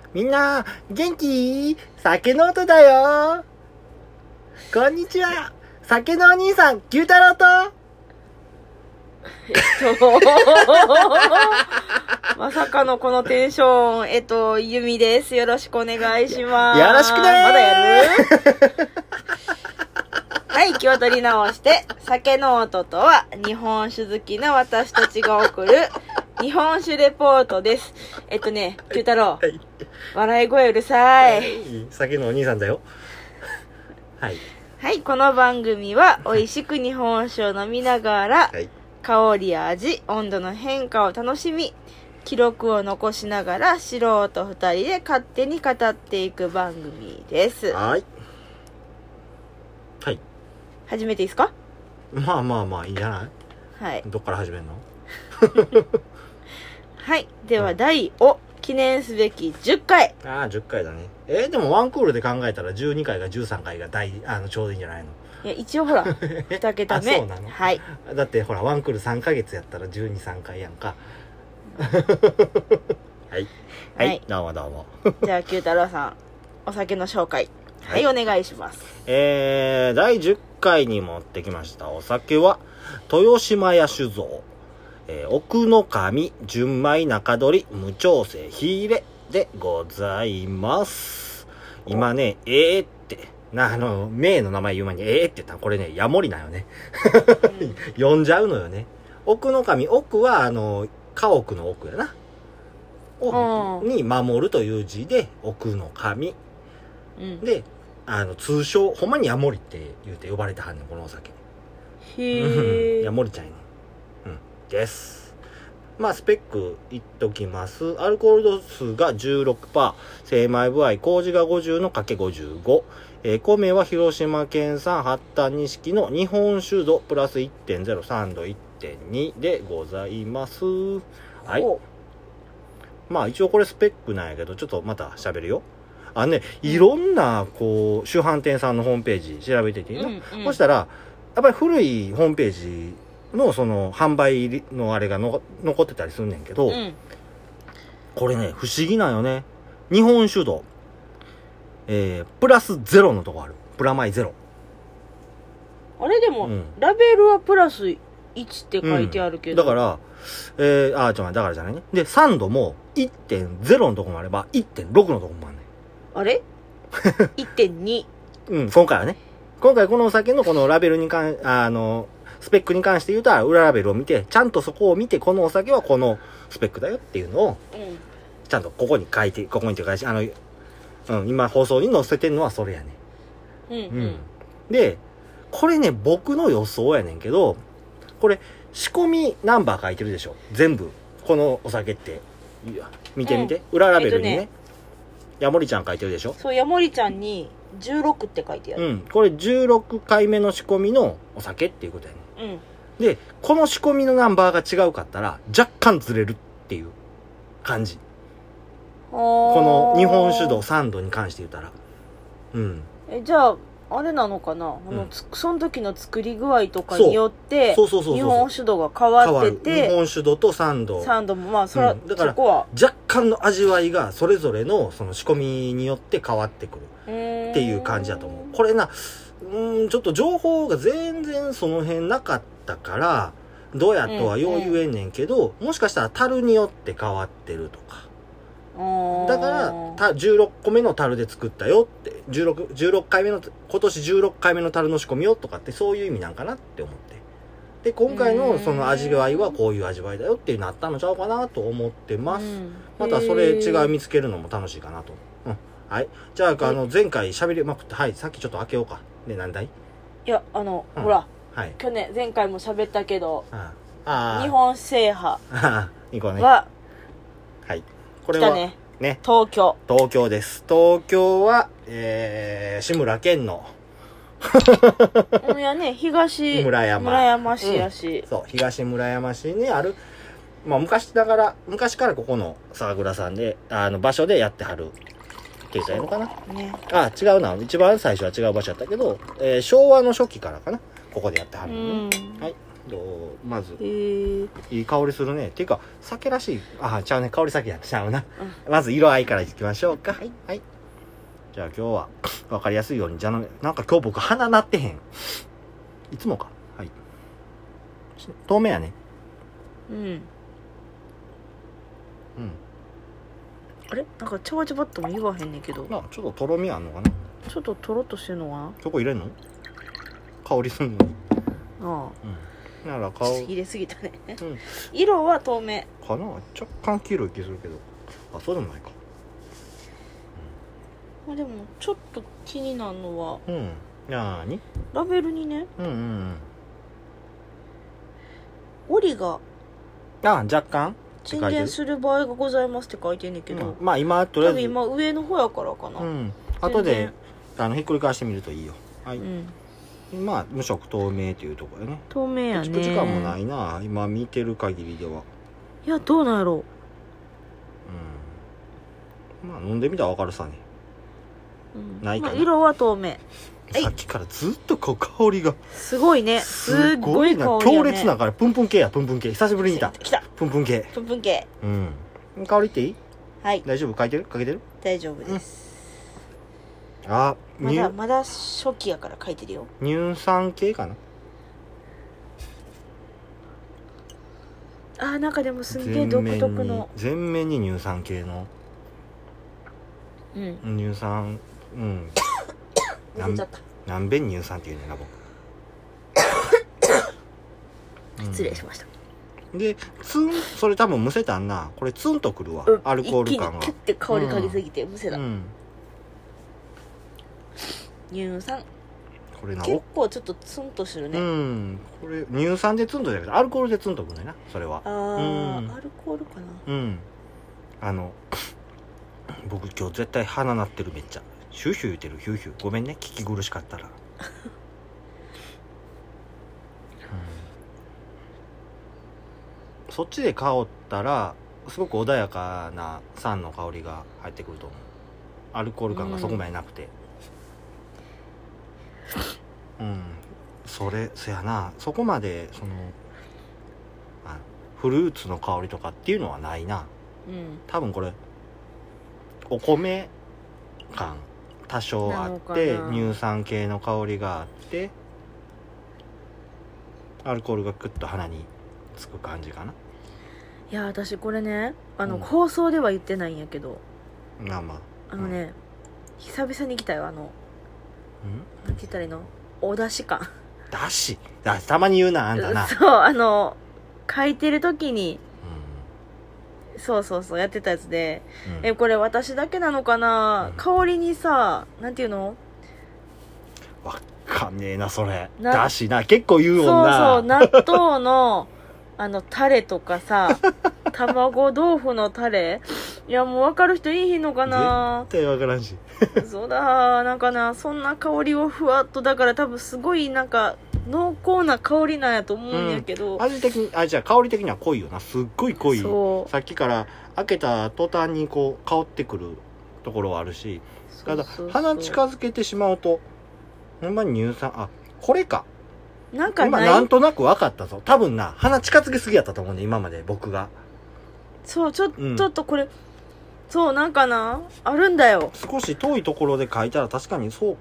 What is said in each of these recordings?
みんな、元気？酒の音だよ。こんにちは。酒のお兄さん、九太郎と。 まさかのこのテンション、ゆみです。よろしくお願いします。 よろしくねー。 まだやるはい、気を取り直して、酒の音とは、日本酒好きな私たちが送る、日本酒レポートです。九太郎、はい、笑い声うるさい。 酒のお兄さんだよ。はい。 はい、この番組は、美味しく日本酒を飲みながら、はい、香りや味、温度の変化を楽しみ、記録を残しながら素人2人で勝手に語っていく番組です。 はい。はい。 始めていいですか？ まあいいんじゃない？はい。どっから始めるの？ はい。では、第を記念すべき10回。 ああ、10回だね。でもワンクールで考えたら12回か13回がちょうどいいんじゃないの？ いや、一応ほら、2桁目。 そうなの？ はい。 だってほら、ワンクール3ヶ月やったら12、3回やんか。はい。はい。どうも。 じゃあ、九太郎さん、お酒の紹介。はい、お願いします。 第10回に持ってきましたお酒は、豊島屋酒造、奥の神純米中取無調整火入れでございます。今ね、って名の名前言う前にって言ったらこれね、ヤモリなよね。呼んじゃうのよね。奥の神、奥は家屋の奥やな。に守るという字で、奥の神。で、通称、ほんまにヤモリって言うて呼ばれてはんねん、このお酒。ヤモリちゃんやねん。です。まあ、スペック言っときます。アルコール度数が 16%、精米部合、麹が50の ×55。米は広島県産八反錦の日本酒度プラス 1.0、酸度 1.2 でございます。はい。まあ、一応これスペックなんやけど、ちょっとまた喋るよ。いろんな、主販店さんのホームページ調べてていいの？そしたら、やっぱり古いホームページのその販売のあれが残ってたりすんねんけど、これね、不思議なんよね。日本酒度、プラス0のとこある。プラマイ0。 あれでも、ラベルはプラス1って書いてあるけど。 だから、だからじゃないね。で、酸度も 1.0 のとこもあれば、1.6 のとこもあるね。 あれ ?1.2 今回はね。今回このお酒のこのラベルにスペックに関して言うと、裏ラベルを見て、ちゃんとそこを見て、このお酒はこのスペックだよっていうのを、ちゃんとここに書いて、今放送に載せてんのはそれやね。で、これね、僕の予想やねんけど、これ、仕込みナンバー書いてるでしょ。全部。このお酒って。見て。裏ラベルにね。ヤモリちゃん書いてるでしょ。 そう、ヤモリちゃんに16って書いてある。 これ16回目の仕込みのお酒っていうことやね。で、この仕込みのナンバーが違うかったら、若干ずれるっていう感じ。この日本酒度3度に関して言ったら。 じゃあ、あれなのかな、その時の作り具合とかによって、日本酒度が変わってて、 日本酒度と酸度も、まあ、だからそこは若干の味わいがそれぞれのその仕込みによって変わってくるっていう感じだと思う。これな、ちょっと情報が全然その辺なかったから、どうやとはよう言えんねんけど、もしかしたら樽によって変わってるとか。だから16個目の樽で作ったよって16回目の今年16回目の樽の仕込みよとかってそういう意味なんかなって思って、で今回のその味わいはこういう味わいだよっていうなったのちゃうかなと思ってます。またそれ違い見つけるのも楽しいかなと。はい。じゃあ前回喋りまくって、はい、さっきちょっと開けようか。で、何だい？ いやほら、はい、前回も喋ったけど、日本制覇ははい。これはね、 東京です。東京は、志村けんのいやね、東村山市やし、 そう、東村山市にある、まあ昔からここの酒蔵さんで、場所でやってはるって言ったらいいのかな、違うな。一番最初は違う場所だったけど、昭和の初期からかな。ここでやってはるのね。はい。 どうまずへえ。 いい香りするね。っていうか酒らしい。あ、ちゃうね、香り先やっちゃうな。まず色合いからいきましょうか。はい、じゃあ今日は分かりやすいように、じゃあなんか今日僕鼻鳴ってへん。いつもか。はい、透明やね。 うんあれなんかちゃばちゃばっとも言わへんねんけど、 まあちょっととろみあんのかな。 ちょっととろっとしてるのかな。 そこ入れんの？香りすんのに。 ああ、ならあ入れすぎたね、 うん色は透明かな。若干黄色い気するけど、あ、そうでもないか。 まあでもちょっと気になるのはなーに。 ラベルにね折りが若干沈殿する場合がございますって書いてんねんけど、 まあ今とりあえず多分今上の方やからかな。 後でひっくり返してみるといいよ。はい、 うんまあ無色透明というところやね。 透明やね。 チク時間もないな今見てる限りでは。 いやどうなんやろまあ飲んでみたら分かるさね。ないかな。 まあ、色は透明。 さっきからずっとこう香りがすごいね。すごい香りやね。 強烈な香り。プンプン系や。プンプン系久しぶりに来たプンプン系。 プンプン系。 香りっていい？ はい。 大丈夫？かけてる？ 大丈夫です。 あ、 まだ初期やから書いてるよ。 乳酸系かな。 なんかでもすんげえ独特の全面に乳酸系の乳酸忘れちゃった。 何遍乳酸って言うねんな僕失礼しました。 でツン、それ多分むせたんな。これツンとくるわ、アルコール感が一気にキュッて香りかけすぎてむせた、乳酸これな結構ちょっとツンとするね。 これ乳酸でツンとじゃなくてアルコールでツンとくるねんな。それはアルコールかな。 僕今日絶対鼻鳴ってる。めっちゃヒューヒュー言ってる。ヒューヒューごめんね、聞き苦しかったらそっちで香ったらすごく穏やかな酸の香りが入ってくると思う。アルコール感がそこまでなくてそやな。そこまでフルーツの香りとかっていうのはないな。多分これお米感多少あって乳酸系の香りがあってアルコールがクッと鼻につく感じかな。 いや私これね放送では言ってないんやけど久々に来たよ。なんて言ったらいいの、お出汁感。 だしたまに言うなあんたな。 そう書いてる時にそうやってたやつで、これ私だけなのかな、香りにさ、なんていうの、 わかんねえなそれ。だしな結構言うもんな。 そう納豆のタレとかさ卵豆腐のタレ、いやもう分かる人いいひんのかな。 絶対分からんしそうだ、なんかな、そんな香りをふわっと、だから多分すごいなんか濃厚な香りなんやと思うんやけど、 味的にじゃあ香り的には濃いよな。すっごい濃い。さっきから開けた途端にこう香ってくるところはあるし、ただ鼻近づけてしまうとほんまに乳酸、これかなんか今なんとなく分かったぞ。多分な鼻近づけすぎやったと思うね今まで僕が。 そうちょっとこれそうなんかなあるんだよ。 少し遠いところで書いたら確かにそう。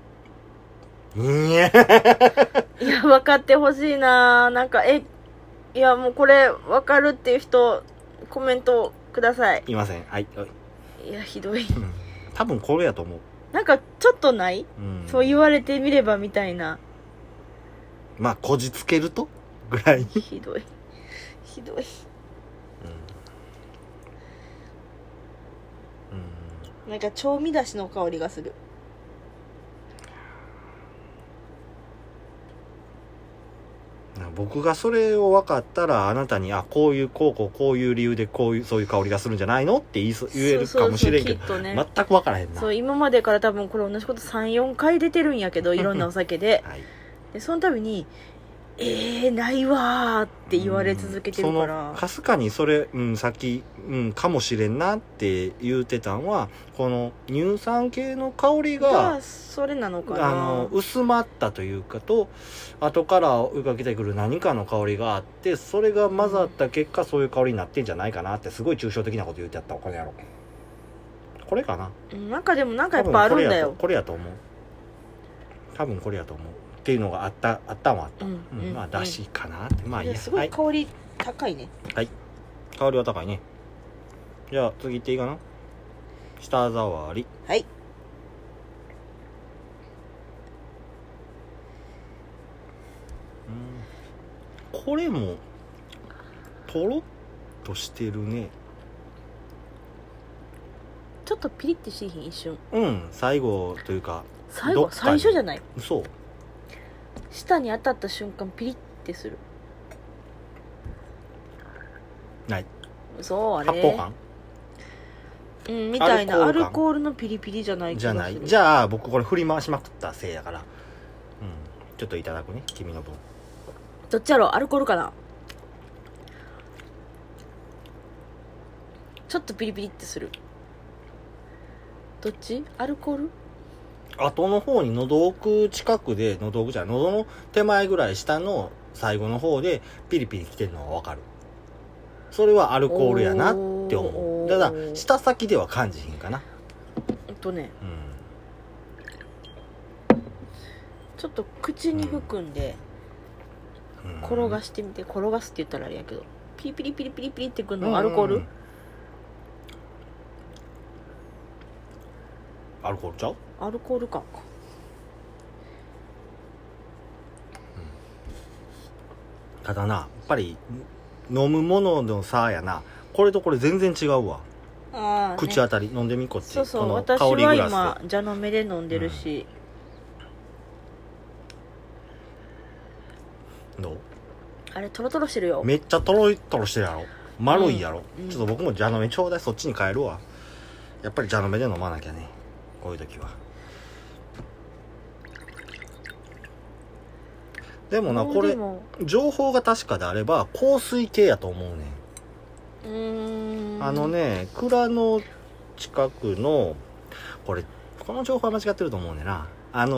いや分かってほしいな。なんかいやもうこれ分かるっていう人コメントください。 いません。はい。 いやひどい、 多分これやと思う。 なんかちょっとない、そう言われてみればみたいな。 まあこじつけるとぐらいにひどいなんか調味だしの香りがする。 僕がそれを分かったらあなたにこういう理由でそういう香りがするんじゃないのって言えるかもしれんけど、 そう全く分からへんな。 そう今までから多分これ同じこと 3,4 回出てるんやけどいろんなお酒で、でその度にないわーって言われ続けてるから、 かすかにそれ、さっき、かもしれんなって言うてたんは、この乳酸系の香りがそれなのかな、 薄まったというかと、後から追いかけてくる何かの香りがあって、それが混ざった結果、そういう香りになってんじゃないかなって、すごい抽象的なこと言ってやった。これやろ、これかな。 なんかでもなんかやっぱあるんだよ。 これやと思う。多分これやと思うっていうのがあったんはあった。まあだしかなって。まあいいや。 すごい香り高いね。 はい。香りは高いね。じゃあ次いっていいかな。舌触り。 はい。 これもとろっとしてるね。 ちょっとピリッてしひん一瞬。 最後というか。 最初じゃない。 そう。 舌に当たった瞬間ピリッてする。 ない。 そうあれ。 発泡感。 みたいなアルコールのピリピリじゃない気がする。 じゃない。じゃあ僕これ振り回しまくったせいやから。ちょっといただくね、君の分。 どっちやろう、アルコールかな。ちょっとピリピリってする。どっち？アルコール？ 後の方に喉奥近くで、喉の手前ぐらい下の最後の方でピリピリきてるのはわかる。それはアルコールやなって思う。ただ舌先では感じひんかな。 ちょっと口に含んで転がしてみて、転がすって言ったらあれやけど、ピリピリピリピリピリってくるのアルコール？ アルコールちゃう？ アルコール感か。 ただな、やっぱり飲むものの差やな。これとこれ全然違うわ。口当たり飲んでみこっち。 そうそう、 この私香りグラスでは今蛇の目で飲んでるし、 どう？ あれトロトロしてるよ。 めっちゃトロトロしてるやろ。丸いやろ。ちょっと僕も蛇の目ちょうだい。そっちに変えるわ。やっぱり蛇の目で飲まなきゃね、こういう時は。でもな、これ情報が確かであれば香水系やと思うね。蔵の近くのこの情報は間違ってると思うねんな。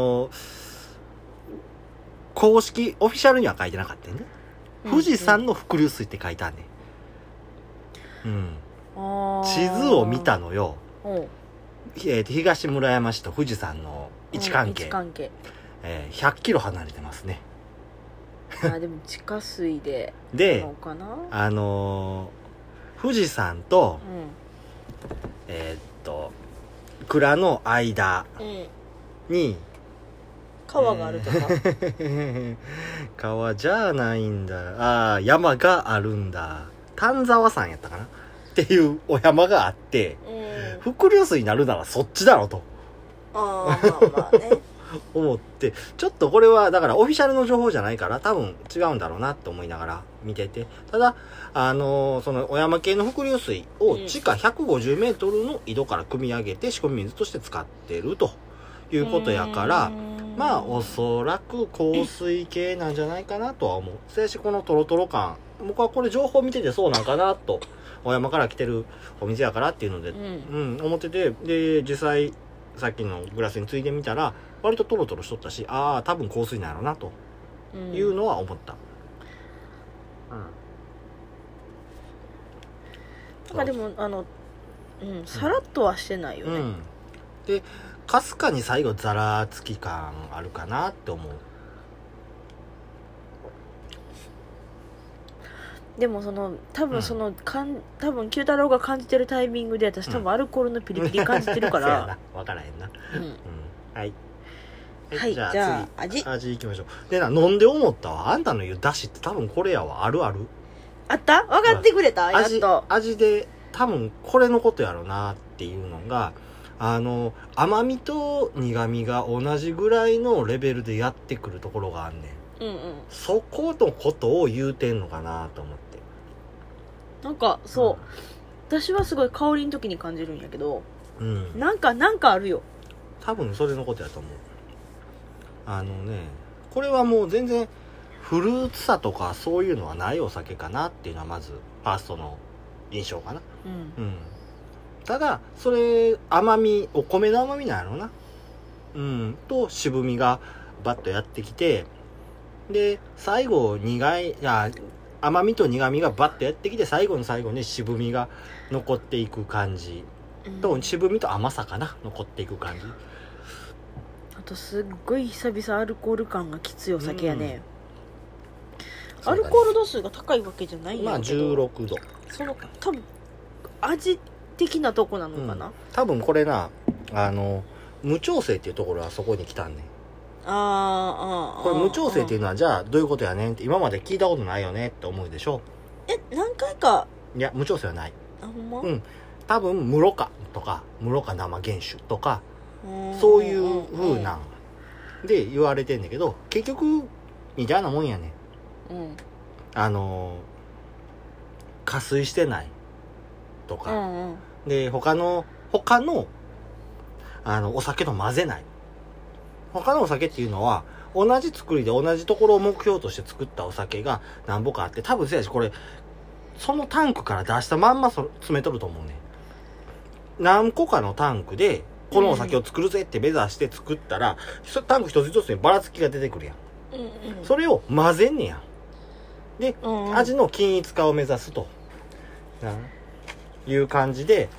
公式オフィシャルには書いてなかったね。富士山の伏流水って書いてあんねん。地図を見たのよ。東村山市と富士山の位置関係。100キロ離れてますね。 でも地下水で富士山と、蔵の間に、 川があるとか、 川じゃないんだ。山があるんだ。丹沢山やったかなっていうお山があって、伏流水になるならそっちだろと思って、ちょっとこれはだからオフィシャルの情報じゃないから多分違うんだろうなって思いながら見てて、ただそのお山系の伏流水を地下150メートルの井戸から汲み上げて仕込み水として使ってるということやから、まあおそらく香水系なんじゃないかなとは思う。そしてこのトロトロ感、僕はこれ情報見ててそうなんかなと、お山から来てるお店やからっていうので、思ってて、で実際さっきのグラスについてみたら割とトロトロしとったし、多分香水なんやろうなというのは思った。 でもさらっとはしてないよね。 でかすかに最後ザラつき感あるかなって思う。 でも多分多分九太郎が感じてるタイミングで私多分アルコールのピリピリ感じてるから、 分からへんな。 はい、じゃあ味いきましょう。で飲んで思ったわ。あんたの言うだしって多分これやわ。あるあった分かってくれた、やっと味で多分これのことやろなっていうのが、甘みと苦みが同じぐらいのレベルでやってくるところがあんねん。そこのことを言うてんのかなと思って。 なんかそう、私はすごい香りの時に感じるんやけど、なんかあるよ。 多分それのことやと思う。これはもう全然フルーツさとかそういうのはないお酒かなっていうのはまずファーストの印象かな。 うん。 ただそれ甘み、お米の甘みなんやろな。と渋みがバッとやってきて、で最後甘みと苦みがバッとやってきて、最後の最後に渋みが残っていく感じと、渋みと甘さかな、残っていく感じ。 あとすっごい久々アルコール感がきついお酒やね。アルコール度数が高いわけじゃないんやけど、 16度。 その多分味的なとこなのかな。 多分これな、無調整っていうところはそこに来たんね。これ無調整っていうのはじゃあどういうことやねんって、今まで聞いたことないよねって思うでしょ。 何回か。 いや無調整はない。 ほんま？ 多分室賀とか室賀生原酒とかそういう風なんで言われてんだけど、結局みたいなもんやね。加水してないとか、で他のお酒と混ぜない。他のお酒っていうのは同じ作りで同じところを目標として作ったお酒が何ぼかあって、多分そうやし、これそのタンクから出したまんま詰めとると思うね。何個かのタンクでこのお酒を作るぜって目指して作ったら、タンク一つ一つにばらつきが出てくるやん。それを混ぜんねやん。で、味の均一化を目指すという感じで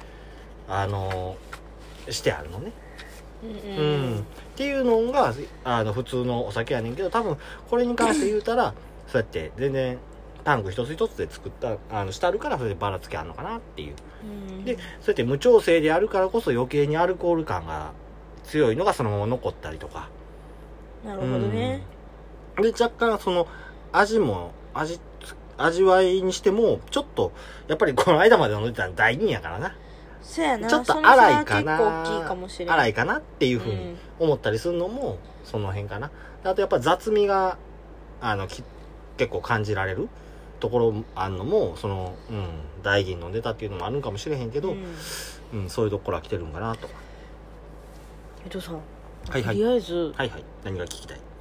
してあるのね。っていうのが普通のお酒やねんけど、多分これに関して言うたらそうやって全然タンク一つ一つで作ったしてあるから、それでばらつきあるのかなっていう。でそうやって無調整であるからこそ余計にアルコール感が強いのがそのまま残ったりとか。 なるほどね。 で若干その味わいにしてもちょっとやっぱりこの間まで飲んでたの第2やからな。 そうやな。 ちょっと粗いかな。 結構大きいかもしれない。 粗いかなっていう風に思ったりするのもその辺かな。あとやっぱ雑味が結構感じられるところあんのも大吟飲んでたっていうのもあるんかもしれへんけど、そういうところは来てるんかなと。 さ、 はいはい、 とりあえず何が聞きたい？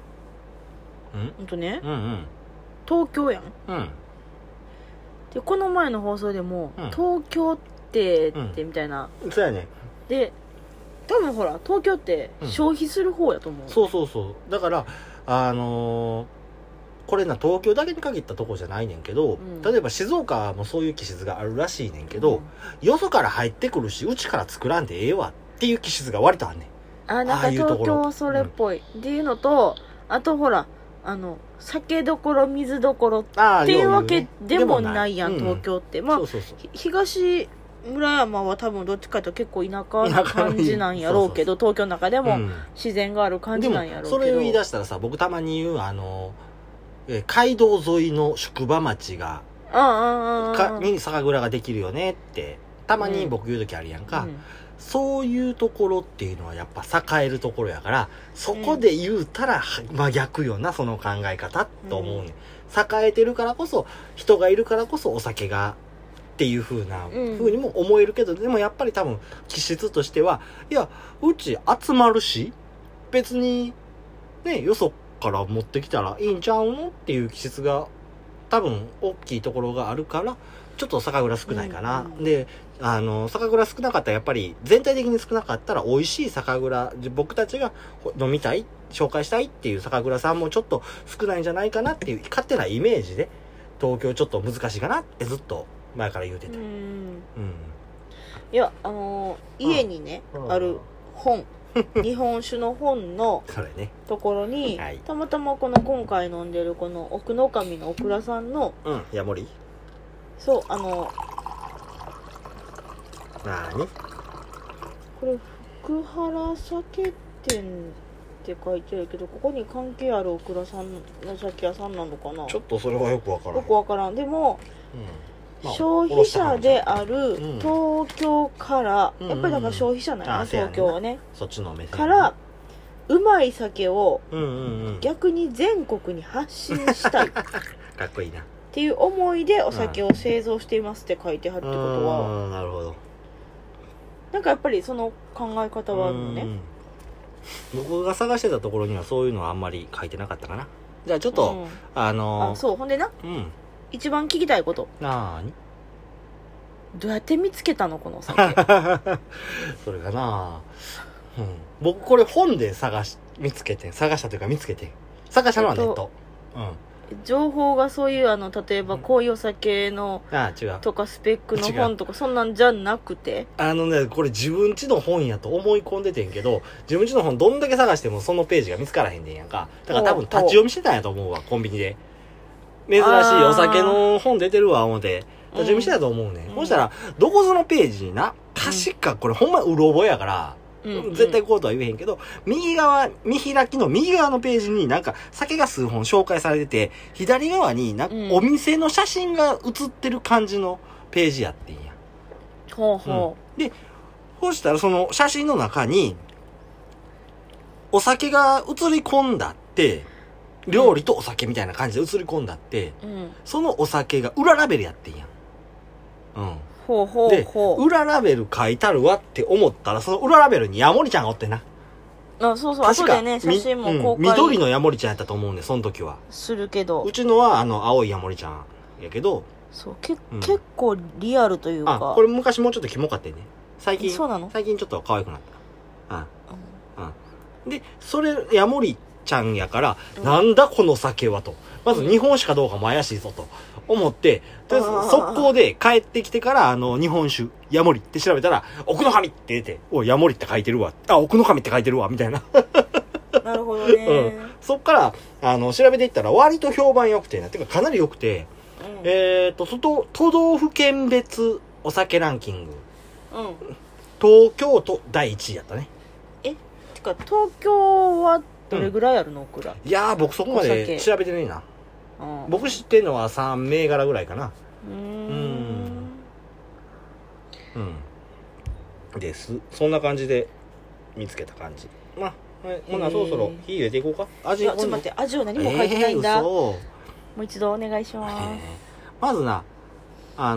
ね、東京やん。でこの前の放送でも、東京ってみたいな。 そうやね。 で多分ほら東京って消費する方やと思う。 そうだからこれな、東京だけに限ったとこじゃないねんけど、例えば静岡もそういう気質があるらしいねんけど、よそから入ってくるしうちから作らんでええわっていう気質が割とあんねん。 なんか東京はそれっぽい、っていうのと、あとほら酒どころ水どころっていうわけでもないやん、東京って。東村山は多分どっちかというと結構田舎な感じなんやろうけど、東京の中でも自然がある感じなんやろうけど、 それを言い出したらさ、僕たまに言う街道沿いの宿場町がに酒蔵ができるよねってたまに僕言う時あるやんか。そういうところっていうのはやっぱ栄えるところやから、そこで言うたら真逆よな、その考え方と思うね。栄えてるからこそ、人がいるからこそお酒がっていう風にも思えるけど、でもやっぱり多分気質としては、いやうち集まるし別にね、よそから持ってきたらいいんちゃうのっていう気質が多分大きいところがあるから、ちょっと酒蔵少ないかな。で酒蔵少なかったらやっぱり全体的に少なかったら美味しい酒蔵、僕たちが飲みたい紹介したいっていう酒蔵さんもちょっと少ないんじゃないかなっていう勝手なイメージで、東京ちょっと難しいかなってずっと前から言うてた。 いや家にね、ある本日本酒の本のところに、たまたまこの今回飲んでるこの奥の神のオクラさんのヤモリ、 そう何これ福原酒店って書いてるけど、ここに関係あるオクラさんの酒屋さんなのかな。 ちょっとそれはよくわからん。 でも、消費者である東京から、やっぱりだから消費者なんやな、東京はね。 そっちの目線からうまい酒を逆に全国に発信したいかっこいいなっていう思いでお酒を製造していますって書いてはるってことは、 なるほど。 なんかやっぱりその考え方はあるのね。 僕が探してたところにはそういうのはあんまり書いてなかったかな。 じゃあちょっと、 そう、ほんでな、一番聞きたいこと。 なーに？ どうやって見つけたのこの酒。 それがな、僕これ本で見つけて、探したというか見つけて。探したのはネット。 情報がそういう例えばこういうお酒の違うとかスペックの本とかそんなんじゃなくて、 これ自分家の本やと思い込んでてんけど、自分家の本どんだけ探してもそのページが見つからへんねんやんか。だから多分立ち読みしてたんやと思うわ、コンビニで。珍しいお酒の本出てるわ思って立ち読みしてたと思うねん。そしたらどこぞのページにな、確かこれほんまうろ覚えやから、絶対こうとは言えへんけど、見開きの右側のページになんか酒が数本紹介されてて、左側にお店の写真が写ってる感じのページやってんや。で、そうしたらその写真の中に、お酒が写り込んだって、料理とお酒みたいな感じで映り込んだって、そのお酒が裏ラベルやってんや。で、裏ラベル書いたるわって思ったら、その裏ラベルにヤモリちゃんがおってな。 そうそう、後でね、写真も公開、 緑のヤモリちゃんやったと思うね、その時は。 するけど。 うちのは青いヤモリちゃんやけど。 そう、結構リアルというか。 これ昔もうちょっとキモかったよね。最近ちょっと可愛くなった。で、それ、ヤモリちゃんやから、なんだこの酒はと。まず日本酒かどうかも怪しいぞと思って、とりあえず速攻で帰ってきてから日本酒、ヤモリって調べたら、奥の神って出て、おい、ヤモリって書いてるわ。奥の神って書いてるわ、みたいな。 なるほどね。 そっから、調べていったら割と評判良くてな。てかかなり良くて、都道府県別お酒ランキング。東京都第1位やったね。てか、東京はどれぐらいあるのオクラ？ いやー、僕そこまで調べてねえな。僕知ってんのは3銘柄ぐらいかな。です。そんな感じで見つけた感じ。まあ、ほなそろそろ火入れていこうか。 ちょっと待って、味を何も書いてないんだ。もう一度お願いします。 まずな、 さ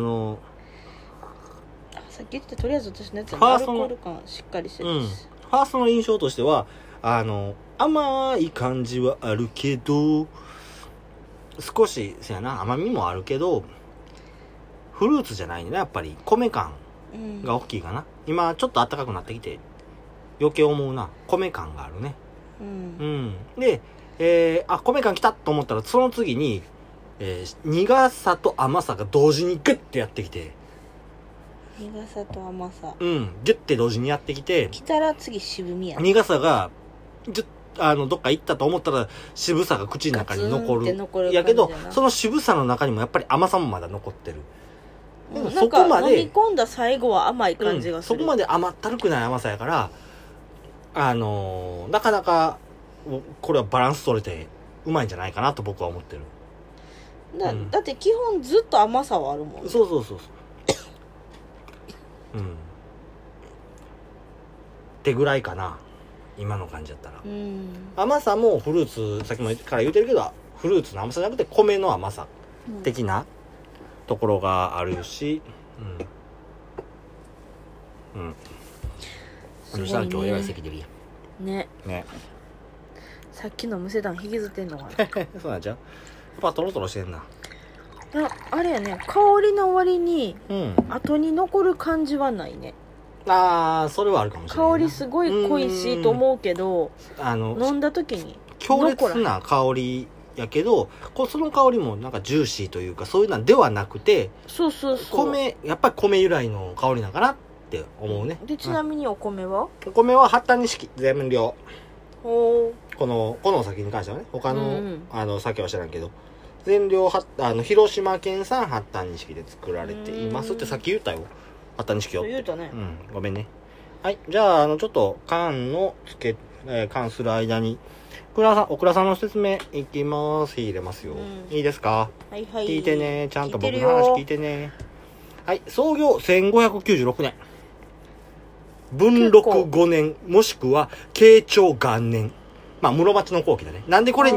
っき言ってたとりあえず私のやつはアルコール感しっかりしてるし。 ファーストの印象としては、甘い感じはあるけど、少し、甘みもあるけど、フルーツじゃないね、やっぱり。米感が大きいかな。今、ちょっと暖かくなってきて、余計思うな。米感があるね。で、米感来たと思ったら、その次に、苦さと甘さが同時にグッてやってきて。 苦さと甘さ。 ギュッて同時にやってきて。 来たら次渋みや。 苦さが、どっか行ったと思ったら渋さが口の中に残る。やけど、その渋さの中にもやっぱり甘さもまだ残ってる。 そこまで飲み込んだ最後は甘い感じがする。 そこまで甘ったるくない甘さやから、なかなか、これはバランス取れてうまいんじゃないかなと僕は思ってる。 だって基本ずっと甘さはあるもんね。 そう。ってぐらいかな。今の感じだったら、甘さもフルーツ、さっきもから言うてるけどフルーツの甘さじゃなくて米の甘さ的なところがあるし、そしたら今日偉い席出るやんね。 さっきのむせ団引きずってんのかな。 そうなんちゃう。やっぱトロトロしてんな。 あれやね、香りの割に、後に残る感じはないね。 それはあるかもしれない。 香りすごい濃いしと思うけど、飲んだ時に強烈な香りやけど、その香りもなんかジューシーというかそういうのではなくて、やっぱり米由来の香りなんかなって思うね。 で、ちなみにお米は八田錦全量。このお酒に関してはね、他の酒は知らんけど、全量広島県産八田錦で作られていますってさっき言ったよ。八田錦よって。 言うたね。 ごめんね。はい。じゃあ、ちょっと缶する間に、オクラさんの説明いきます。火入れますよ。いいですか？ はい。 聞いてね。ちゃんと僕の話聞いてね。はい。創業1596年。文禄5年、もしくは、慶長元年。まあ、室町の後期だね。なんでこれ、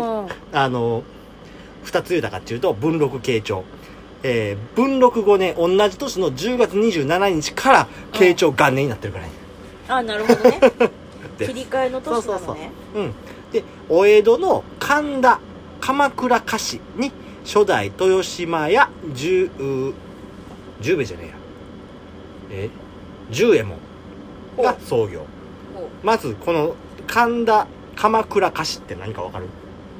二つ言うたかっていうと、文禄慶長。文禄5年、同じ年の10月27日から慶長元年になってるからね。 なるほどね。切り替えの年なのね。 で、お江戸の神田鎌倉菓子に初代豊島屋十兵衛じゃねえや十右衛門が創業。まずこの神田鎌倉菓子って何かわかる？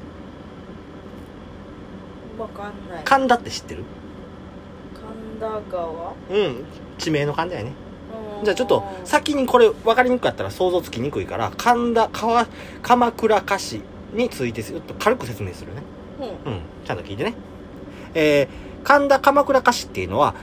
わかんない。 神田って知ってる？ 神田川？ 地名の神田やね。じゃあちょっと先にこれ分かりにくかったら想像つきにくいから神田鎌倉菓子についてちょっと軽く説明するね。ちゃんと聞いてね。神田鎌倉菓子っていうのは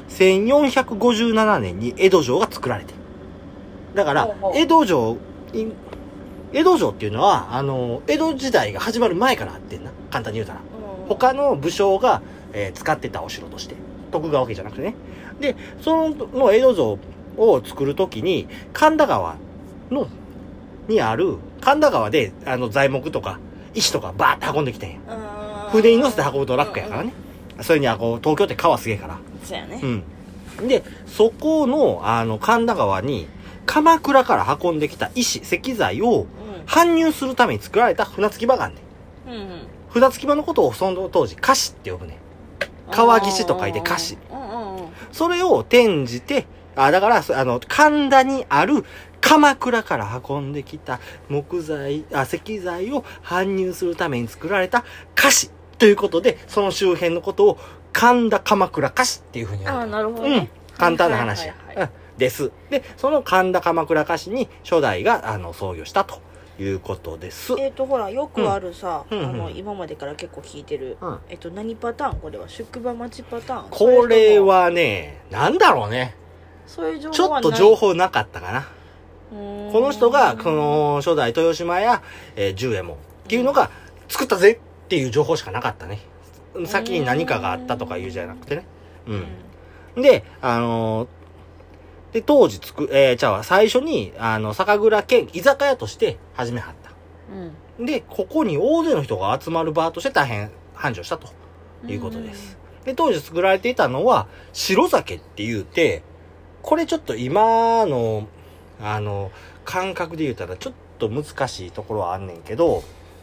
1457年に江戸城が作られてる。だから江戸城っていうのは江戸時代が始まる前からあってんな、簡単に言うたら。他の武将が、使ってたお城として、徳川家じゃなくてね。でその江戸城を作るときに神田川にある神田川で材木とか石とかバーって運んできてんや。船に乗せて運ぶと楽やからね。それには東京って川すげえから。 そうやね。 でそこの神田川に鎌倉から運んできた石材を搬入するために作られた船着き場があんねん。船着き場のことをその当時菓子って呼ぶねん。川岸と書いて菓子。それを転じてだから神田にある鎌倉から運んできた石材を搬入するために作られた菓子ということで、その周辺のことを神田鎌倉菓子っていうふうに言う。 なるほどね。 簡単な話です。でその神田鎌倉菓子に初代が創業したということです。 ほらよくあるさ、今までから結構聞いてる、何パターン？これは宿場町パターン？ これはね、なんだろうね、 そういう情報ちょっと情報なかったかな。この人がこの初代豊島や十右衛門っていうのが作ったぜっていう情報しかなかったね。先に何かがあったとかいうじゃなくてね。でで当時最初に酒蔵兼居酒屋として始めはった。でここに大勢の人が集まる場として大変繁盛したということです。で当時作られていたのは白酒って言うて、これちょっと今の感覚で言うたらちょっと難しいところはあんねんけど、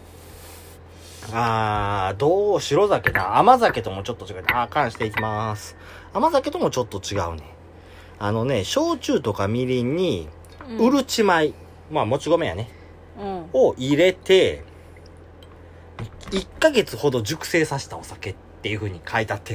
白酒な、甘酒ともちょっと違う。関していきます。甘酒ともちょっと違うね。焼酎とかみりんに、うるち米、もち米やね。を入れて、1ヶ月ほど熟成させたお酒っていう風に書いてあって。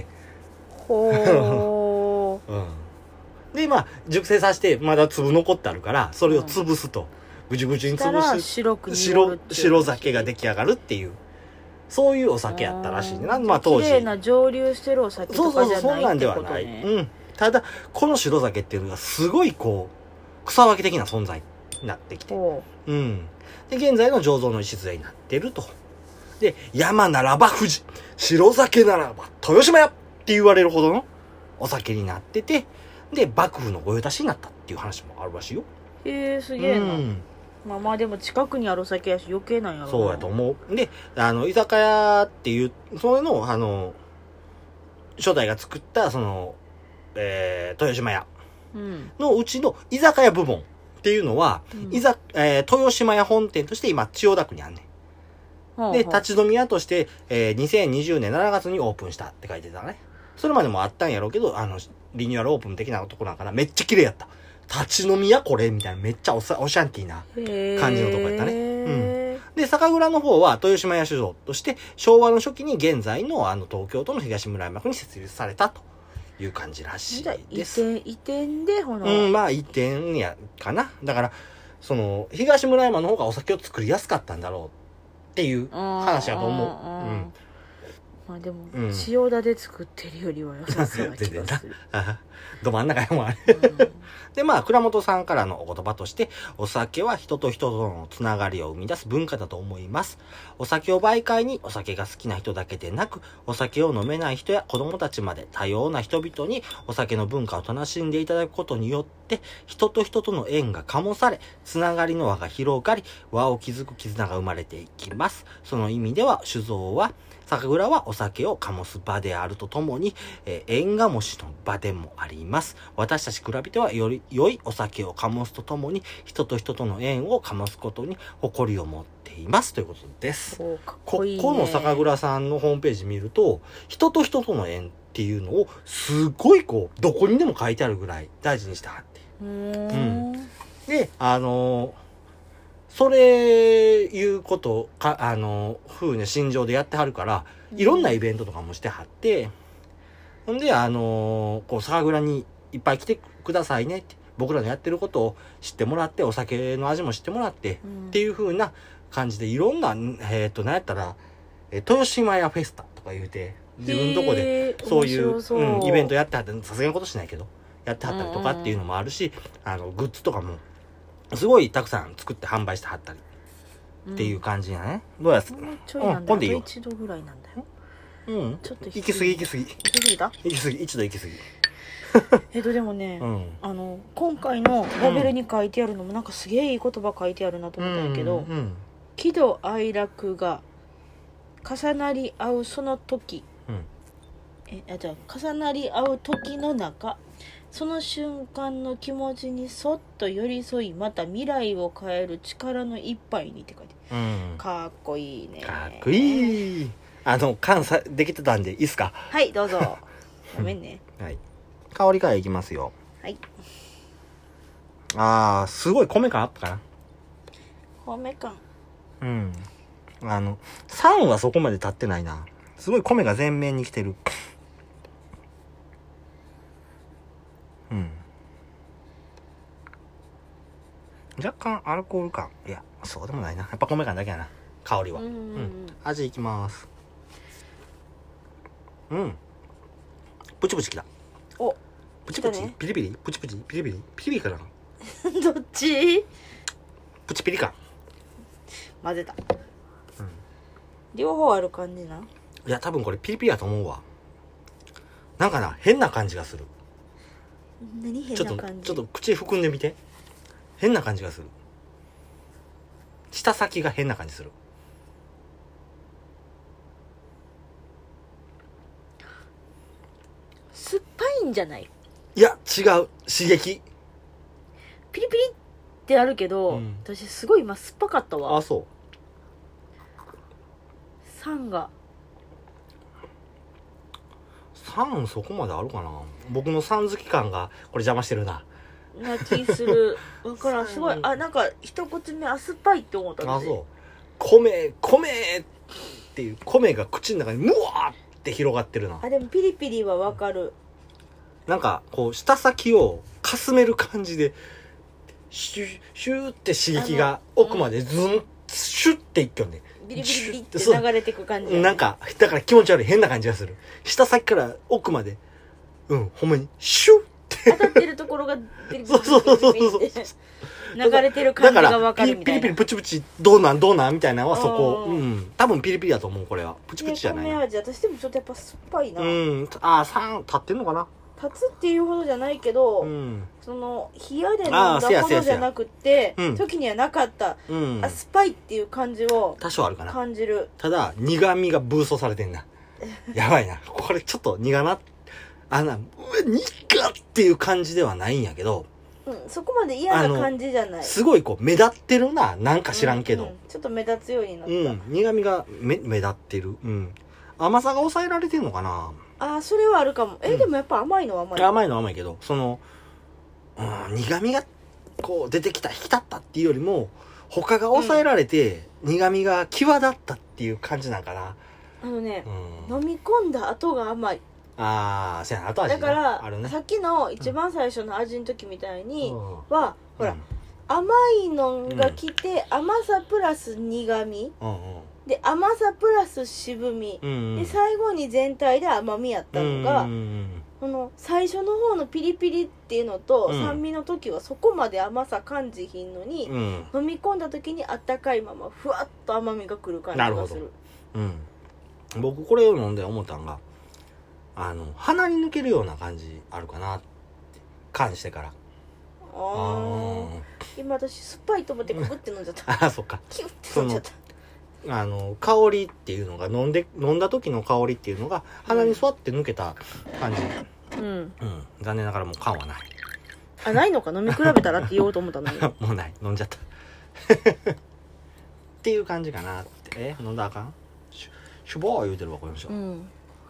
で、熟成させて、まだ粒残ってあるから、それを潰すと。ぐじゅぐじゅに潰す。白酒が出来上がるっていう。そういうお酒やったらしいね。当時。 綺麗な蒸留してるお酒とかじゃないってことね。 そんなんではない。ただ、この白酒っていうのがすごい草分け的な存在になってきて。で、現在の醸造の礎になってると。で、山ならば富士、白酒ならば豊島屋って言われるほどのお酒になってて、で、幕府の御用達になったっていう話もあるらしいよ。 すげえな。でも近くにあるお酒やし余計なんやろな。 そうやと思う。で、居酒屋っていう、それの、初代が作った、豊島屋のうちの居酒屋部門っていうのは、豊島屋本店として今、千代田区にあんねん。で、立ち飲み屋として、2020年7月にオープンしたって書いてたね。それまでもあったんやろうけど、リニューアルオープン的なとこなんかな。めっちゃ綺麗やった。立ち飲み屋これみたいな、めっちゃおシャンティーな感じのとこやったね。で、酒蔵の方は豊島屋酒造として、昭和の初期に現在の東京都の東村山区に設立されたという感じらしいです。 移転で移転やかな。だから、東村山の方がお酒を作りやすかったんだろうっていう話やと思う。 でも、千代田で作ってるよりは良さそうな気がする。 ど真ん中やもんあれ。で、倉本さんからのお言葉として、お酒は人と人とのつながりを生み出す文化だと思います。お酒を媒介にお酒が好きな人だけでなく、お酒を飲めない人や子供たちまで多様な人々にお酒の文化を楽しんでいただくことによって、人と人との縁が醸され、つながりの輪が広がり、輪を築く絆が生まれていきます。その意味では、酒造は、 酒蔵はお酒を醸す場であるとともに、縁醸しの場でもあります。私たち蔵人はより良いお酒を醸すとともに、人と人との縁を醸すことに誇りを持っていますということです。 かっこいいね。 この酒蔵さんのホームページ見ると、人と人との縁っていうのをすごいこうどこにでも書いてあるぐらい大事にしてはって。で、それいうことか、風な心情でやってはるから、いろんなイベントとかもしてはって、ほんで、こう、酒蔵にいっぱい来てくださいねって、僕らのやってることを知ってもらって、お酒の味も知ってもらって、っていう風な感じで、いろんな、なんやったら、豊島屋フェスタとか言うて、自分のとこで、そういう、イベントやってはって、さすがに今年ないけど、やってはったりとかっていうのもあるし、グッズとかも、すごいたくさん作って販売してはったりっていう感じやね。どうやすもうちょいなんだよ。一度ぐらいなんだよ。ちょっと行き過ぎ。行き過ぎた？行き過ぎ、一度行き過ぎ。 でもね、今回のラベルに書いてあるのもなんかすげえいい言葉書いてあるなと思ったんやけど、喜怒哀楽が重なり合うその時、重なり合う時の中、その瞬間の気持ちにそっと寄り添い、また未来を変える力の一杯にって書いてある。かっこいいね。 かっこいい。関西できてたんでいいっすか？ はい、どうぞ。ごめんね。 はい。香りからいきますよ。 はい。 すごい米感アップかな。 米感。 酸はそこまで立ってないな。すごい米が前面に来てる。若干アルコール感。いや、そうでもないな。やっぱ米感だけやな。香りは。味いきます。プチプチきた。 お、 プチプチ、ピリピリ、プチプチ、ピリピリ、ピリピリかな。 どっち？ プチピリ感。 混ぜた。両方ある感じな。 いや、多分これピリピリやと思うわ。なんかな、変な感じがする。 何変な感じ？ ちょっと口含んでみて。変な感じがする。舌先が変な感じする。 酸っぱいんじゃない？ いや、違う。刺激。 ピリピリってあるけど、私すごい今酸っぱかったわ。 そう。 酸が。 酸そこまであるかな。僕の酸好き感がこれ邪魔してるな。 な気する。だからすごい、なんか一口目酸っぱいって思ったんですよ。 米っていう米が口の中にムワーって広がってるな。 でもピリピリはわかる。 なんかこう舌先をかすめる感じでシューって刺激が奥までズンシュッっていっきょんね。 ビリビリビリって流れてく感じ、 なんかだから気持ち悪い変な感じがする。舌先から奥までほんまにシュッ当たってるところがビリビリビリって流れてる感じがわかるみたいな。 ピリピリプチプチどうなんみたいなのはそこ。多分ピリピリだと思う。これはプチプチじゃないな。 米味私でもちょっとやっぱ酸っぱいな。 酸立ってんのかな。 立つっていうほどじゃないけど、その冷やで飲んだほどじゃなくて、時にはなかった、酸っぱいっていう感じを多少あるかな感じる。 ただ苦味がブーストされてんな。やばいな。これちょっと苦な苦っていう感じではないんやけど、 そこまで嫌な感じじゃない。 すごいこう目立ってるな。なんか知らんけど、 ちょっと目立つようになった。 苦味が目立ってる。甘さが抑えられてんのかな。 それはあるかも。でもやっぱ甘いのは甘い。 甘いのは甘いけど、その、苦味がこう出てきた、引き立ったっていうよりも、他が抑えられて、苦味が際立ったっていう感じなんかな。 飲み込んだ後が甘い。 そうやな、後味だから、 あるね。 さっきの一番最初の味の時みたいには、ほら、甘いのが来て、甘さプラス苦味。で甘さプラス渋み、で最後に全体で甘みやったのが、この最初の方のピリピリっていうのと、酸味の時はそこまで甘さ感じひんのに、飲み込んだ時にあったかいままふわっと甘みがくる感じがする。 僕これを飲んで思ったんが、鼻に抜けるような感じあるかなって感してから。今私酸っぱいと思ってググって飲んじゃった。 そっか。 キュッて飲んじゃった。 香りっていうのが飲んだ時の香りっていうのが鼻にふわって抜けた感じ。 うんうん。残念ながらもう缶はない。 あ、ないのか、飲み比べたらって言おうと思ったのにもうない。飲んじゃった。っていう感じかなって。飲んだらあかん？シュボー言うてるわ、この人。 うん、 うん。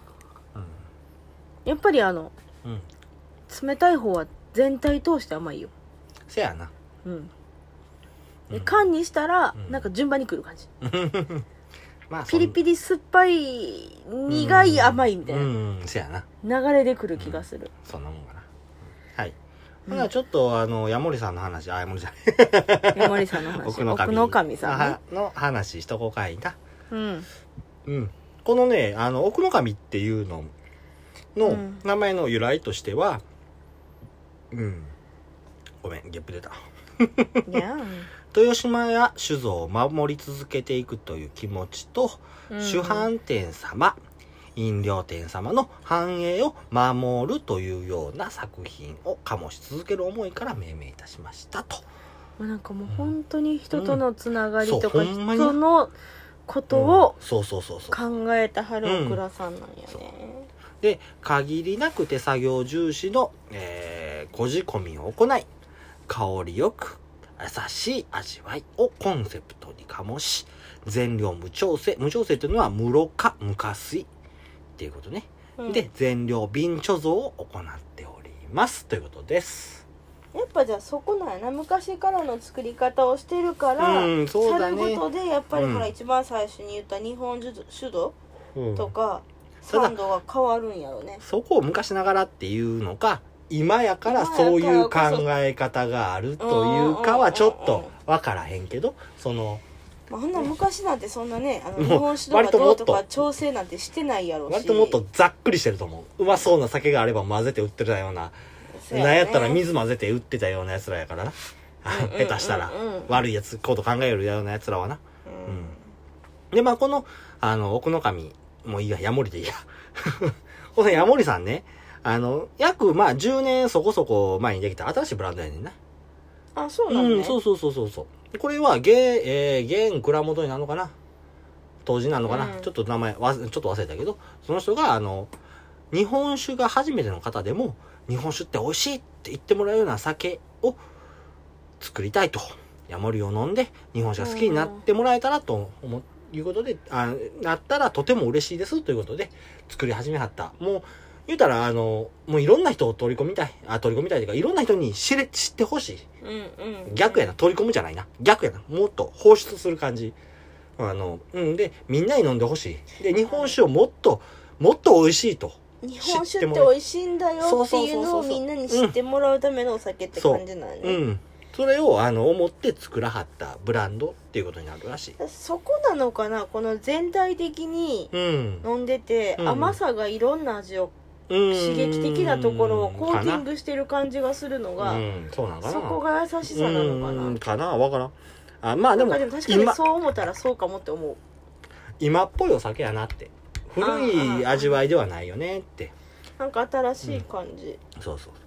やっぱりうん。 冷たい方は全体通して甘いよ。 せやな。 うんでうん缶にしたらうんなんか順番に来る感じ、 まあ、 ピリピリ酸っぱい苦い甘いみたいなうん、せやな。 流れで来る気がする、 そんなもんかな。はい。 うんほなちょっとヤモリさんの話、ヤモリじゃない。 山森さんの話奥の神さんね、 の話しとこうかいな。 うんうん。このね、奥の神っていうののうん名前の由来としては、うん。ごめん、ゲップ出た。 いや豊島屋酒造を守り続けていくという気持ちと、主販店様、飲料店様の繁栄を守るというような作品を醸し続ける思いから命名いたしましたと。 なんかもう本当に人とのつながりとか、 そうほんまに人のことをそうそうそうそう。 考えた春オクラさんなんやね、 で、限りなく手作業重視の、こじ込みを行い、香りよく優しい味わいをコンセプトに醸し、全量無調整。無調整というのは無ろ過、無加水っていうことね。 うんで、全量瓶貯蔵を行っておりますということです。 やっぱじゃあそこなんやな、昔からの作り方をしてるから、 うんそうだねさることでやっぱりほら、 うん一番最初に言った日本酒度うんとか、 ただ酸度が変わるんやろね。 そこを昔ながらっていうのか、今やからそういう考え方があるというかはちょっとわからへんけど、その、 まあ、ほんなら昔なんてそんなね、 もう日本酒度がどうとか調整なんてしてないやろうし、 割ともっとざっくりしてると思う。うまそうな酒があれば混ぜて売ってたような、 そうやねなんやったら水混ぜて売ってたような奴らやからな。 うんうん下手したらうんうん、 悪いやつ、こと考えるような奴らはな。 うんで、まあこの、奥の神、もういいや、ヤモリでいいや。このヤモリさんね、約、まあ10年そこそこ前にできた新しいブランドやねんな。 あ、そうなんね、 うん、そうそうそうそうそう。これは、現蔵元になるのかな当時なのかな、 うんちょっと名前ちょっと忘れたけど、その人が、日本酒が初めての方でも、日本酒って美味しいって言ってもらうような酒を作りたいと。ヤモリを飲んで、日本酒が好きになってもらえたらということで、なったらとても嬉しいですということで、作り始めはった。もう、言うたら、もういろんな人を取り込みたいというか、いろんな人に知ってほしい。 うんうん、 逆やな、取り込むじゃないな。逆やな。もっと放出する感じ。で、みんなに飲んでほしい。で、日本酒をもっと美味しいと。 日本酒って美味しいんだよっていうのをみんなに知ってもらうためのお酒って感じなんね、 うん。それを、思って作らはったブランドっていうことになるらしい。 そこなのかな、この全体的にうん。 飲んでて、 うん甘さがいろんな味を刺刺激的なところをコーティングしてる感じがするのが、 そうなんかな。 そこが優しさなのかな。 かなわからん。まあでも、 でも確かにそう思ったらそうかもって思う。 今っぽいお酒やなって。古い味わいではないよねって。 なんか新しい感じ。 そうそう。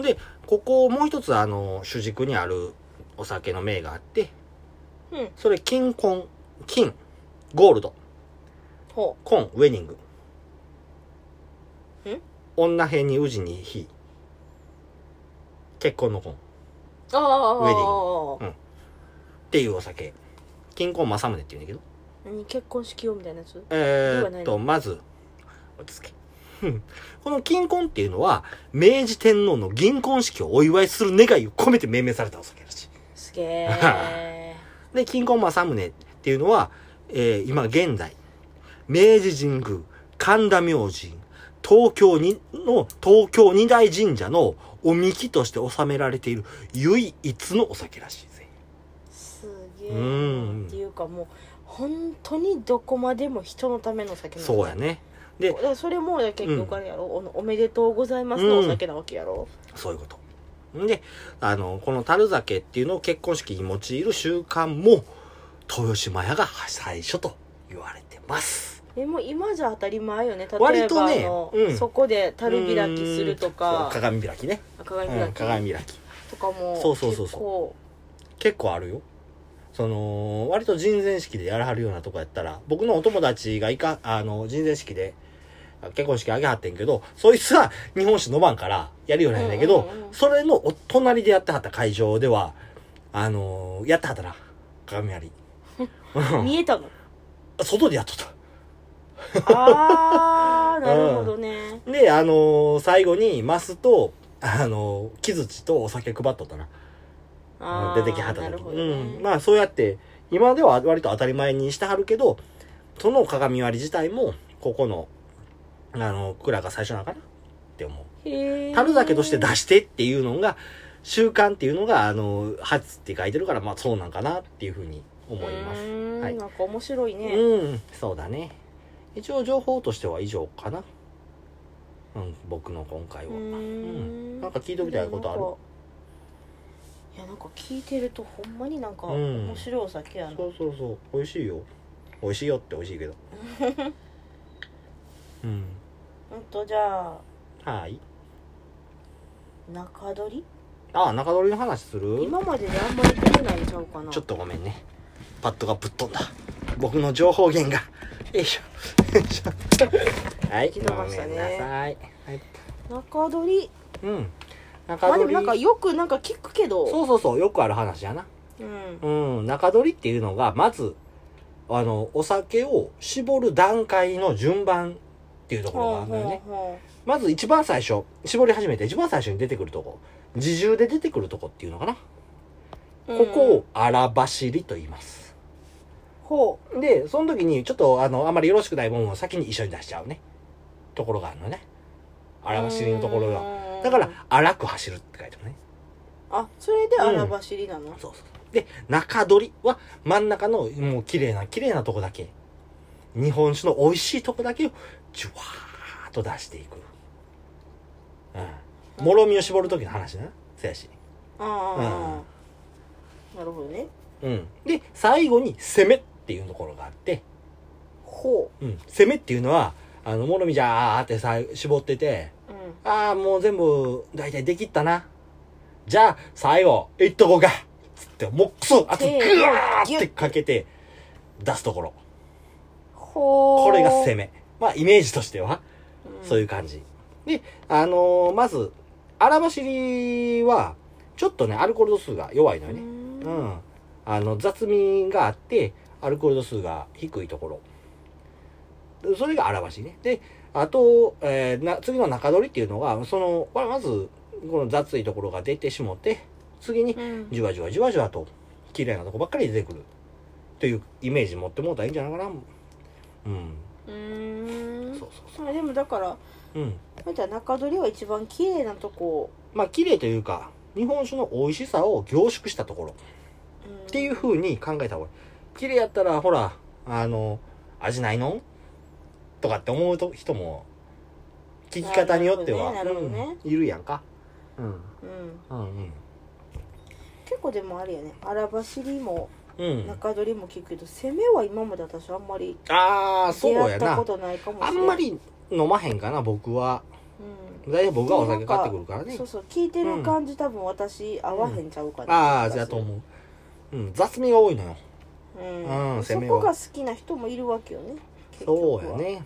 で、ここもう一つ主軸にあるお酒の銘があって、 うん。 それ金、ゴールド、 ほコン、ウェディング。 ん女編に宇治に火。結婚の婚。 う。ああ。 ウェディングっていうお酒。金婚正宗って言うんだけど。 何、結婚式用みたいなやつ？ まず、落ち着け。この金婚っていうのは、明治天皇の銀婚式をお祝いする願いを込めて命名されたお酒らしい。 すげえ。 で、金婚正宗っていうのは、今現在、明治神宮、神田明神、東京二大神社のおみきとして収められている唯一のお酒らしいぜ。 すげえ。っていうかもう、本当にどこまでも人のための酒なんだ。 そうやね。で、 それも結局あれやろ、おめでとうございますのお酒なわけやろ。 そういうこと。で、この樽酒っていうのを結婚式に用いる習慣も、豊島屋が最初と言われてます。 でも今じゃ当たり前よね。例えば割とねそこで樽開きするとか、 鏡開きね。 鏡開き鏡開きとかもそう。結構あるよ。 その割と人前式でやらはるようなとこやったら、僕のお友達が人前式で結婚式あげはってんけど、そいつは日本酒飲まんからやるようなんだけど、それのお隣でやってはった会場ではやってはったな、鏡割り見えたの？ 外でやっとった。 あー、なるほどね。 で、最後にマスと木槌とお酒配っとったな。出てきはった時、ね、まあそうやって今では割と当たり前にしてはるけど、その鏡割り自体もここの蔵が最初なのかなって思う。樽酒として出してっていうのが習慣っていうのが初って書いてるから、まあそうなんかなっていうふうに思います。はい、 なんか面白いね。 そうだね。一応情報としては以上かな。僕の今回は。なんか聞いておきたいことある？ いや、なんか聞いてるとほんまになんか面白いお酒やな。 そう美味しいよ。美味しいよって美味しいけど。 じゃあ、はい。 中取り？ 中取りの話する？ 今までであんまり出てないんちゃうかな。 ちょっとごめんね。パッドがぶっ飛んだ。僕の情報源が。よいしょ。はい。ごめんなさい。 中取り。 中取り。 でもなんかよくなんか聞くけど。 そうよくある話やな。中取りっていうのがまずお酒を絞る段階の順番っていうところがあるのよね。まず一番最初、絞り始めて一番最初に出てくるとこ、自重で出てくるとこっていうのかな。ここを荒走りと言います。で、その時にちょっとあまりよろしくないものを先に一緒に出しちゃうね。ところがあるのね。荒走りのところが。だから、荒く走るって書いてあるね。 それで荒走りなの？ そう。で、中取りは真ん中のもう綺麗なとこだけ。日本酒の美味しいとこだけをジュワーっと出していく。もろみを絞る時の話な。そやし。 なるほどね。 で、最後に攻めっていうところがあって。攻めっていうのは、もろみじゃーって絞ってて、もう全部大体できったな。じゃあ、最後、いっとこうかつって、もうクソあとグワーってかけて出すところ。これが攻め。まあ、イメージとしては、そういう感じ。で、まず、荒走りは、ちょっとね、アルコール度数が弱いのよね。雑味があって、アルコール度数が低いところ。それが荒走りね。で、あと、次の中取りっていうのが、まず、この雑いところが出てしもって、次に、じわじわと、綺麗なとこばっかり出てくる。というイメージ持ってもらったらいいんじゃないかな。 そう。でもだから、中取りは一番綺麗なとこ。 まあ、綺麗というか、日本酒の美味しさを凝縮したところ。っていう風に考えた方がいい。綺麗やったら、ほら、味ないのとかって思う人も、聞き方によっては、いるやんか。 結構でもあるよね。荒走りも、中取りも聞くけど、攻めは今まで私あんまりそうやな。 ことないかもしれない。 あんまり飲まへんかな、僕は。大体僕がお酒買ってくるからね。 聞いてる感じ、多分私合わへんちゃうかな。 じゃあと思う。雑味が多いのよ。 そこが好きな人もいるわけよね。 そうやね。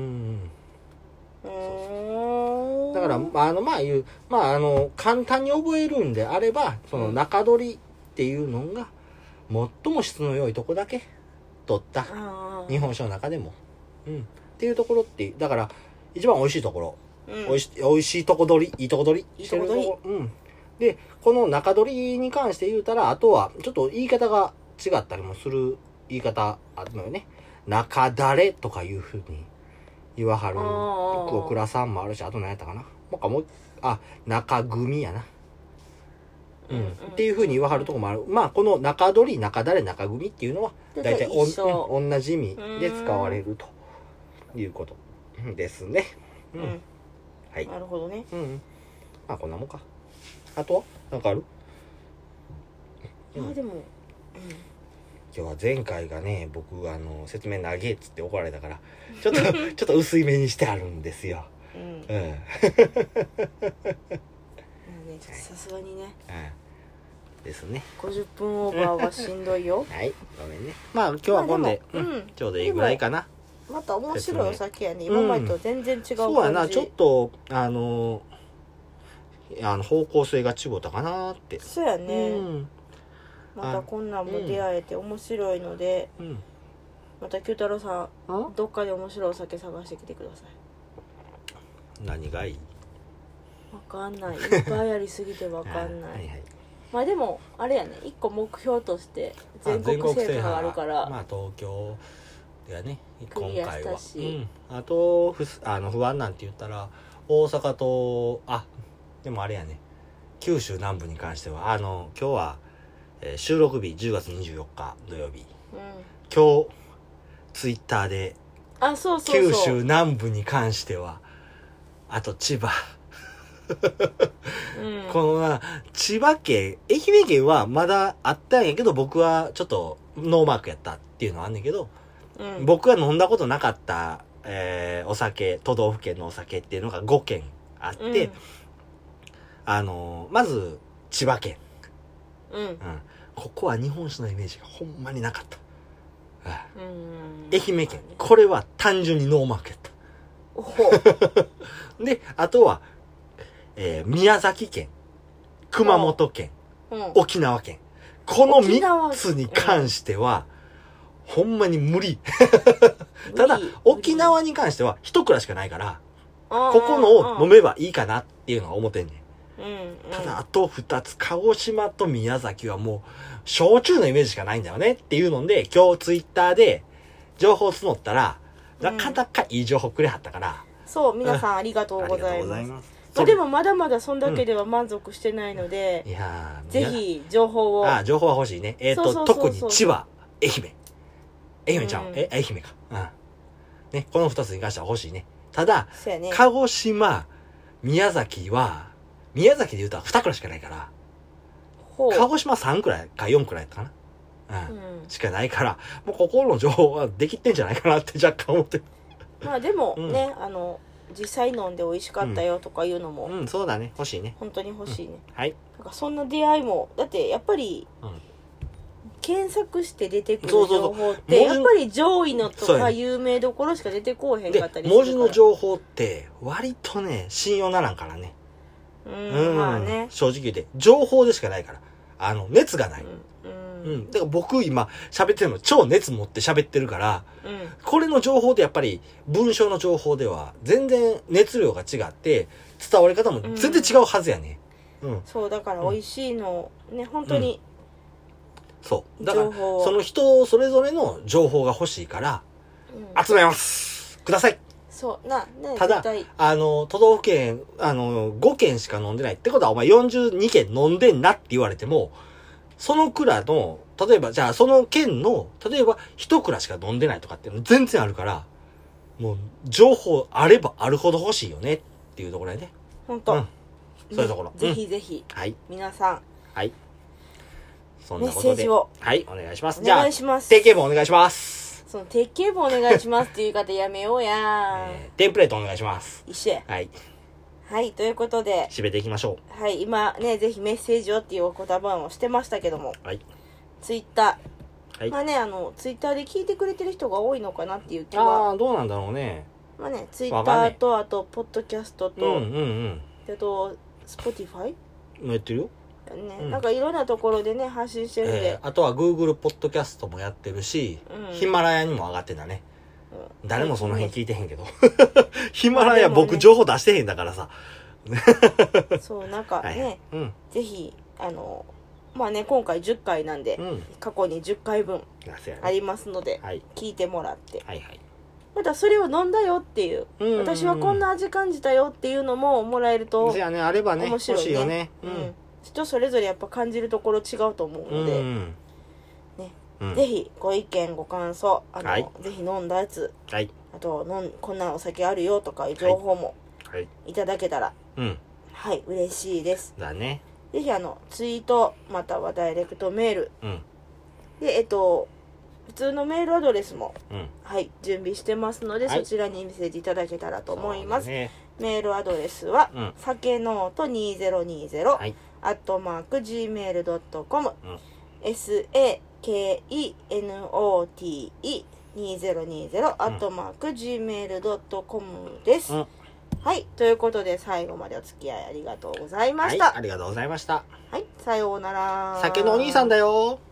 だから簡単に覚えるんであれば、その中取りっていうのが最も質の良いとこだけ取った日本酒の中でも、っていうところって、だから一番美味しいところ、美味しいとこ取り、いいとこ取りしてるところ、でこの中取りに関して言うたら、あとはちょっと言い方が違ったりもする言い方あるのよね。中だれとかいう風に言わはる小倉さんもあるし、あと何やったかな、中組やな、っていう風に言わはるとこもある。まあこの中取り、中だれ、中組っていうのは大体同じ意味で使われるということですね。はい。 なるほどね。 まあこんなもんか。あとはなんかある？ いやでも、 今日は前回がね、僕説明長えっつって怒られたからちょっと薄いめにしてあるんですよ。 さすがにね。 ですね。 50分オーバーはしんどいよ。 はい、ごめんね。まあ今日はこんで、ちょうどいいぐらいかな。 また面白いお酒やね。今までと全然違う感じ。 そうやな、ちょっと方向性が違うたかなって。 そうやね。またこんなんも出会えて面白いので、また九太郎さんどっかで面白いお酒探してきてください。 何がいい？ わかんない。いっぱいありすぎてわかんない。まあでもあれやね、一個目標として全国制覇があるから、 まあ東京やね、 クリアしたし、 あと不安なんて言ったら大阪とでもあれやね、九州南部に関しては今日は、収録日10月24日土曜日、今日ツイッターで九州南部に関してはあと千葉この千葉県、愛媛県はまだあったんやけど、僕はちょっとノーマークやったっていうのはあんねんけど、僕が飲んだことなかった、お酒、都道府県のお酒っていうのが5県あって、まず千葉県、ここは日本酒のイメージがほんまになかった。愛媛県、これは単純にノーマークやったで、あとは宮崎県、熊本県、沖縄県。この3つに関しては、ほんまに無理。ただ、沖縄に関しては一蔵しかないから、ここのを飲めばいいかなっていうのは思ってんねん。ただ、あと2つ、鹿児島と宮崎はもう、焼酎のイメージしかないんだよねっていうので、今日ツイッターで情報募ったら、なかなかいい情報くれはったから。 そう、皆さんありがとうございます。でもまだまだそんだけでは満足してないので、ぜひ情報を。 情報は欲しいね。特に千葉、愛媛。愛媛ちゃん、愛媛か。ね、この2つに関しては欲しいね。ただ、鹿児島、宮崎で言うと2蔵しかないから、鹿児島3蔵か4蔵やったかな。しかないから、もうここの情報はできてんじゃないかなって若干思ってる。 まあでもね、実際飲んで美味しかったよとかいうのも、 そうだね、欲しいね。 本当に欲しいね。 はい。 なんかそんな出会いも、だってやっぱり、検索して出てくる情報ってやっぱり上位のとか有名どころしか出てこうへんかったりするから。 文字の情報って割とね、信用ならんからね。 まあね。 正直言って情報でしかないから、熱がない。だから僕今喋ってるの超熱持って喋ってるから、これの情報ってやっぱり文章の情報では全然熱量が違って伝わり方も全然違うはずやね。 そう、だから美味しいのね、本当に。 そうだからその人それぞれの情報が欲しいから集めますください。 そうね。 ただ都道府県5県しか飲んでないってことはお前42県飲んでんなって言われても、その蔵の例えばじゃあその県の例えば1蔵しか飲んでないとかっていうの全然あるから、もう情報あればあるほど欲しいよねっていうところやね。 本当。 そういうところ。 ぜひぜひ皆さん。 はい。そんメなことでッセージをお願いします。 お願いします。 じゃあ定型文お願いします。 その定型文お願いしますっていう言い方やめようや。 テンプレートお願いします。 一緒や。はい、ということで締めていきましょう。はい、今ね、ぜひメッセージをっていうお言葉をしてましたけども、ツイッター、まあね、ツイッターで聞いてくれてる人が多いのかなっていう気は。 どうなんだろうね。 まあね、ツイッターとあとポッドキャストと、あとスポティファイもやってるよね、なんかいろんなところでね発信してるんで、 あとは Google ポッドキャストもやってるし、ヒマラヤにも上がってたね。誰もその辺聞いてへんけどヒマラヤ僕情報出してへんだからさそうなんかね、ぜひまあね今回10回なんで、過去に10回分ありますので、聞いてもらって、またそれを飲んだよっていう、私はこんな味感じたよっていうのももらえると面白いよね。人それぞれやっぱ感じるところ違うと思うので、ぜひご意見ご感想ぜひ飲んだやつ、あとこんなお酒あるよとかいう情報もいただけたら嬉しいですだね。 ぜひツイートまたはダイレクトメールで普通のメールアドレスも、 うんはい、準備してますので、 はいそちらにメッセージいただけたらと思います。 そうねメールアドレスは、 うんさけノート2020、 はい @gmail.com、 うん sakenote2020、@gmail.com です、 うんはい、ということで最後までお付き合いありがとうございましはい、 た。 ありがとうございました。 はい、さようなら。 酒のお兄さんだよ。